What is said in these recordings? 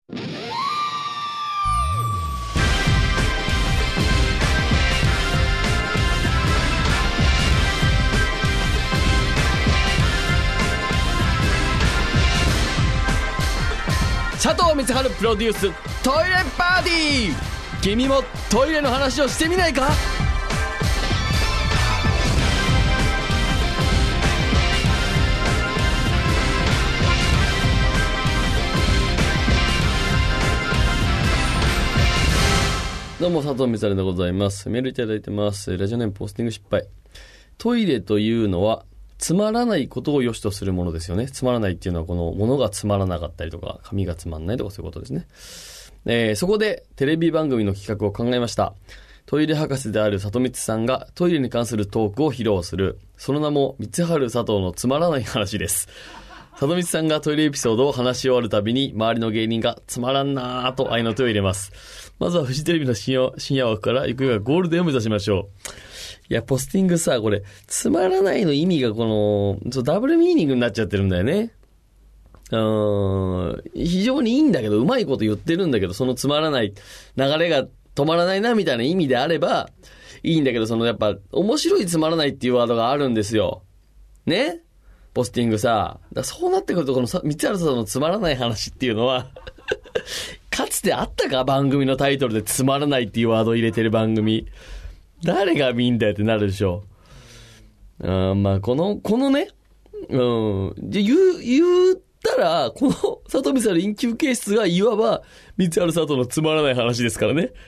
佐藤光晴プロデューストイレパーティー。君もトイレの話をしてみないか。どうも佐藤光晴でございます。メールいただいてます。ラジオネームポスティング失敗。トイレというのはつまらないことを良しとするものですよね。つまらないっていうのはこのものがつまらなかったりとか紙がつまんないとかそういうことですね。そこでテレビ番組の企画を考えました。トイレ博士である里光さんがトイレに関するトークを披露する。その名も光晴佐藤のつまらない話です。里光さんがトイレエピソードを話し終わるたびに周りの芸人がつまらんなーと合いの手を入れます。まずはフジテレビの深夜枠から行くようゴールデンを目指しましょう。いや、ポスティングさ、これ、つまらないの意味がダブルミーニングになっちゃってるんだよね。非常にいいんだけど、うまいこと言ってるんだけど、そのつまらない、流れが止まらないな、みたいな意味であれば、いいんだけど、やっぱ、面白いつまらないっていうワードがあるんですよ。ね？ポスティングさ。そうなってくると、この三原さんのつまらない話っていうのは、かつてあったか？番組のタイトルでつまらないっていうワードを入れてる番組。誰が見んだよってなるでしょ。まあ、このね、じゃ言ったら、この里見さんのインキューケースがいわば、三原佐藤のつまらない話ですからね。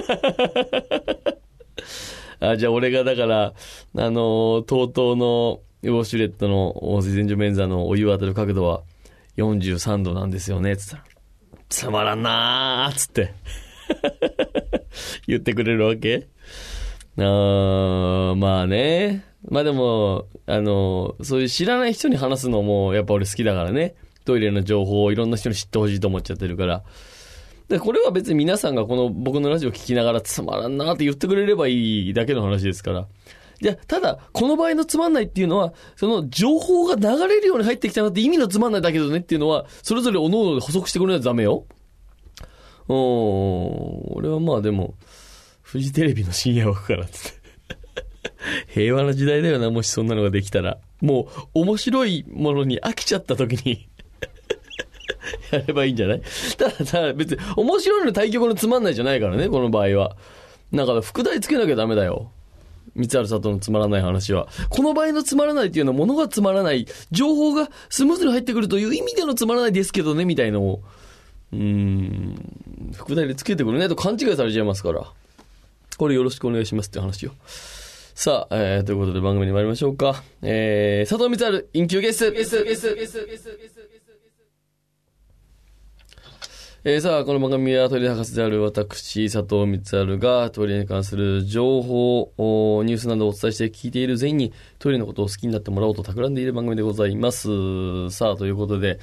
じゃあ俺がだから、TOTO のウォシュレットの温水洗浄便座のお湯を当てる角度は43度なんですよね、つったら。つまらんなーつって。言ってくれるわけ？まあね。まあでも、そういう知らない人に話すのもやっぱ俺好きだからね。トイレの情報をいろんな人に知ってほしいと思っちゃってるから。で、これは別に皆さんがこの僕のラジオ聞きながらつまらんなって言ってくれればいいだけの話ですから。じゃあ、ただ、この場合のつまんないっていうのは、その情報が流れるように入ってきたなって意味のつまんないだけどねっていうのは、それぞれ各々で補足してくれないとダメよ。俺はまあでも、フジテレビの深夜枠からって平和な時代だよな、もしそんなのができたら。もう面白いものに飽きちゃった時にやればいいんじゃない？ただ別に面白いの対局のつまんないじゃないからね、この場合は。なんか副題つけなきゃダメだよ、三原佐藤のつまらない話は。この場合のつまらないっていうのは物がつまらない、情報がスムーズに入ってくるという意味でのつまらないですけどねみたいのを副題でつけてくれないと勘違いされちゃいますから、これよろしくお願いしますって話よ。さあ、ということで番組に参りましょうか。佐藤光晴インキューゲスさあ、この番組はトイレ博士である私佐藤光晴がトイレに関する情報ニュースなどをお伝えして聞いている全員にトイレのことを好きになってもらおうと企んでいる番組でございます。さあ、ということで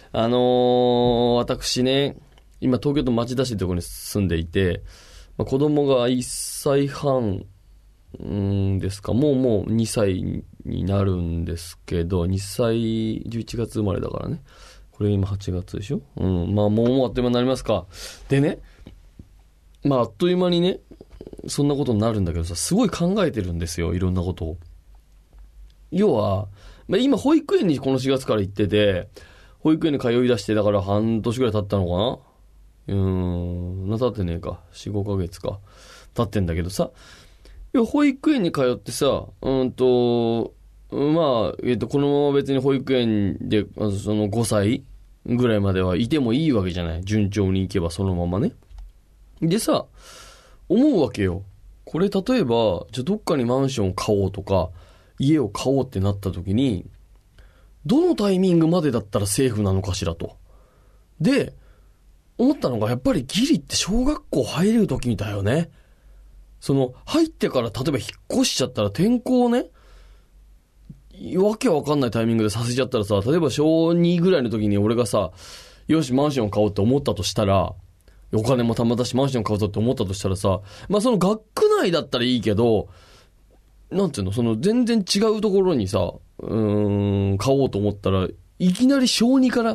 私ね、今東京都町田市というところに住んでいて、子供が1歳半ですか、もう2歳になるんですけど、2歳11月生まれだからね。これ今8月でしょ。まあもうあっという間になりますか。でね、まああっという間にね、そんなことになるんだけどさ、すごい考えてるんですよ、いろんなことを。要は、今保育園にこの4月から行ってて、保育園に通い出してだから半年ぐらい経ったのかな。経ってねえか、4、5ヶ月か経ってんだけどさ、保育園に通ってさ、まあ、このまま別に保育園で、その5歳ぐらいまではいてもいいわけじゃない。順調に行けばそのままね。でさ、思うわけよ。これ例えば、じゃあどっかにマンションを買おうとか、家を買おうってなった時に、どのタイミングまでだったらセーフなのかしらと。で、思ったのがやっぱりギリって小学校入れる時みたいよね。入ってから例えば引っ越しちゃったら転校ね、わけわかんないタイミングでさせちゃったらさ、例えば小2ぐらいの時に俺がさ、よしマンション買おうって思ったとしたら、お金もたまったしマンション買おうって思ったとしたらさ、まあその学区内だったらいいけど、なんていうの、全然違うところにさ、買おうと思ったら、いきなり小2から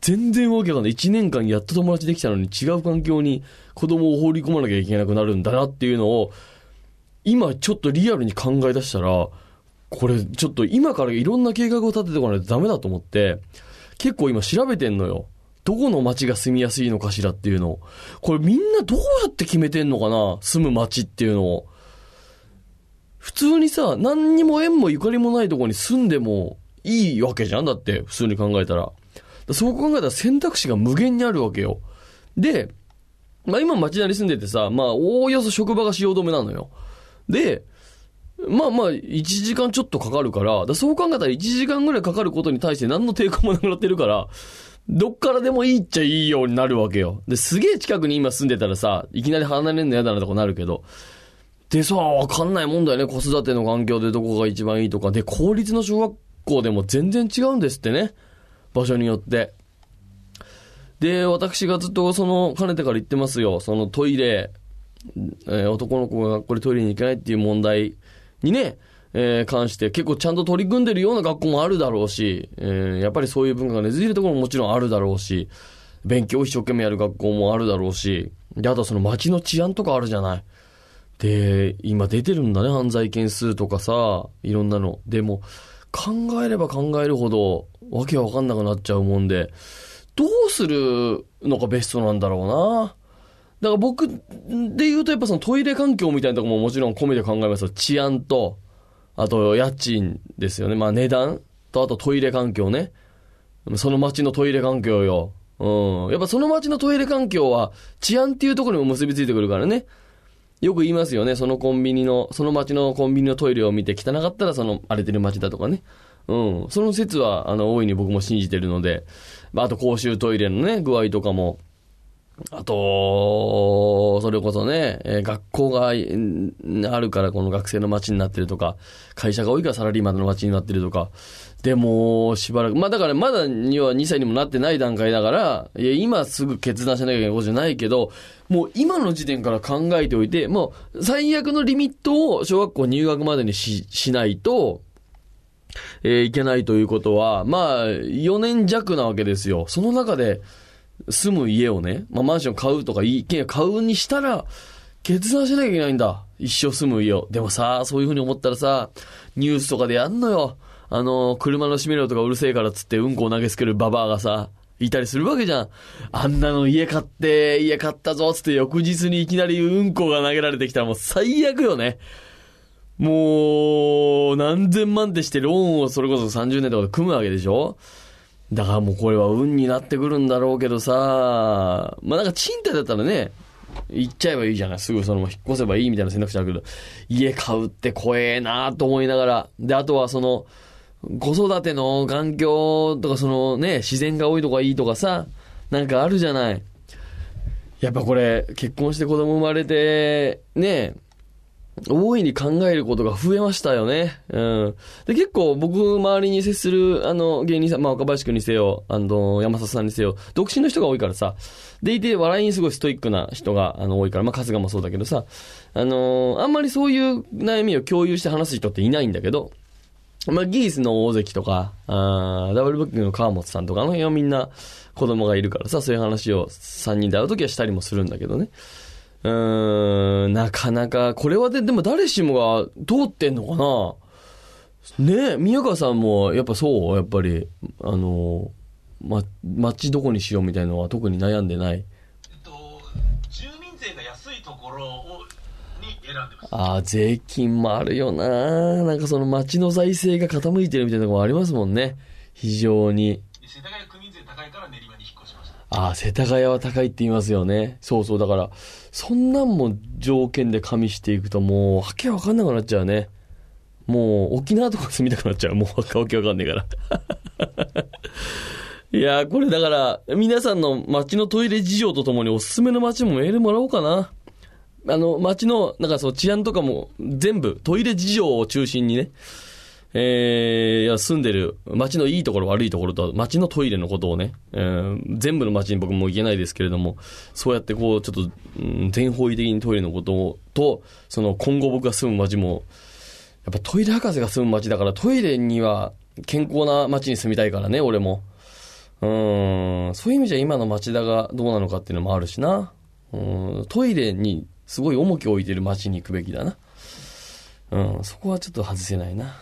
全然わけわかんない。1年間やっと友達できたのに違う環境に子供を放り込まなきゃいけなくなるんだなっていうのを、今ちょっとリアルに考え出したら、これちょっと今からいろんな計画を立ててこないとダメだと思って、結構今調べてんのよ。どこの町が住みやすいのかしらっていうのを。これみんなどうやって決めてんのかな、住む町っていうのを。普通にさ、何にも縁もゆかりもないところに住んでもいいわけじゃん。だって普通に考えたら。そう考えたら選択肢が無限にあるわけよ。で、まあ今町田に住んでてさ、まあおおよそ職場が汐留なのよ。で、まあ1時間ちょっとかかるから、そう考えたら1時間ぐらいかかることに対して何の抵抗もなくなってるから、どっからでもいいっちゃいいようになるわけよ。で、すげえ近くに今住んでたらさ、いきなり離れるの嫌だなとかなるけど、でさ、わかんないもんだよね。子育ての環境でどこが一番いいとか。で、公立の小学校でも全然違うんですってね。場所によって。で、私がずっとかねてから言ってますよ。そのトイレ、男の子が学校でトイレに行けないっていう問題にね、関して結構ちゃんと取り組んでるような学校もあるだろうし、やっぱりそういう文化が根付いてるところももちろんあるだろうし、勉強を一生懸命やる学校もあるだろうし、で、あとその街の治安とかあるじゃない。で、今出てるんだね、犯罪件数とかさ、いろんなの。でも、考えれば考えるほど、わけわかんなくなっちゃうもんで、どうするのがベストなんだろうな。だから僕で言うとやっぱそのトイレ環境みたいなところももちろん込めて考えますよ。治安と、あと家賃ですよね。まあ値段と、あとトイレ環境ね。その街のトイレ環境よ。やっぱその街のトイレ環境は治安っていうところにも結びついてくるからね。よく言いますよね。その街のコンビニのトイレを見て汚かったら荒れてる街だとかね。その説は大いに僕も信じてるので、あと公衆トイレのね具合とかも、あとそれこそね、学校があるからこの学生の街になってるとか、会社が多いからサラリーマンの街になってるとか。でもしばらくだからまだには2歳にもなってない段階だから、いや今すぐ決断しなきゃいけないことじゃないけど、もう今の時点から考えておいて、もう最悪のリミットを小学校入学までにしないといけないということは、まあ4年弱なわけですよ。その中で住む家をね、マンション買うとか一軒家買うにしたら決断しなきゃいけないんだ。一生住む家を。でもさ、そういう風に思ったらさ、ニュースとかでやんのよ。車の閉めろとかうるせえからっつってうんこを投げつけるババアがさ、いたりするわけじゃん。あんなの家買ったぞっつって翌日にいきなりうんこが投げられてきたらもう最悪よね。もう、何千万ってしてローンをそれこそ30年とかで組むわけでしょ。だからもうこれは運になってくるんだろうけどさ、まあなんか賃貸だったらね、行っちゃえばいいじゃない。すぐ引っ越せばいいみたいな選択肢あるけど、家買うって怖えなと思いながら。で、あとは子育ての環境とか自然が多いとかいいとかさ、なんかあるじゃない。やっぱこれ、結婚して子供生まれて、ね、大いに考えることが増えましたよね。で、結構僕周りに接する芸人さん、若林くんにせよ、山里さんにせよ、独身の人が多いからさ、でいて笑いにすごいストイックな人が多いから、春日もそうだけどさ、あんまりそういう悩みを共有して話す人っていないんだけど、ギースの大関とか、ダブルブッキングの川本さんとか、あの辺はみんな子供がいるからさ、そういう話を3人で会うときはしたりもするんだけどね。なかなか、これはでも誰しもが通ってんのかなねえ、宮川さんもやっぱそうやっぱり、街どこにしようみたいなのは特に悩んでない。 住民税が安いところに選んでます。 ああ、税金もあるよな。なんか町の財政が傾いてるみたいなところもありますもんね。非常に。 世田谷区民税高いから練馬に引っ越しました。 ああ、世田谷は高いって言いますよね。そうそう、だからそんなんも条件で加味していくともうわけわかんなくなっちゃうね。もう沖縄とか住みたくなっちゃう。もうわけわかんねえからいやー、これだから皆さんの街のトイレ事情とともにおすすめの街もメールもらおうかな。街のなんか治安とかも全部トイレ事情を中心にね、住んでる街のいいところ悪いところと街のトイレのことをね、全部の街に僕も行けないですけれども、そうやってちょっと、全方位的にトイレのことと今後僕が住む街もやっぱトイレ博士が住む街だから、トイレには健康な街に住みたいからね、俺も。 そういう意味じゃ今の町田がどうなのかっていうのもあるしな。トイレにすごい重きを置いてる町に行くべきだな。そこはちょっと外せないな。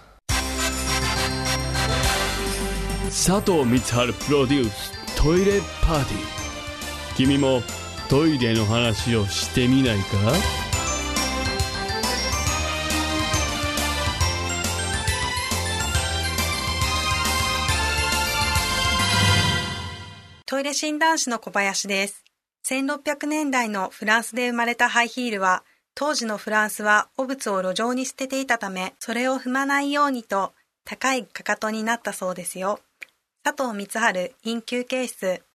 佐藤光晴プロデューストイレパーティー。君もトイレの話をしてみないか？ トイレ診断士の小林です。1600年代のフランスで生まれたハイヒールは、当時のフランスは汚物を路上に捨てていたため、それを踏まないようにと高いかかとになったそうですよ。佐藤光晴 in 休憩室。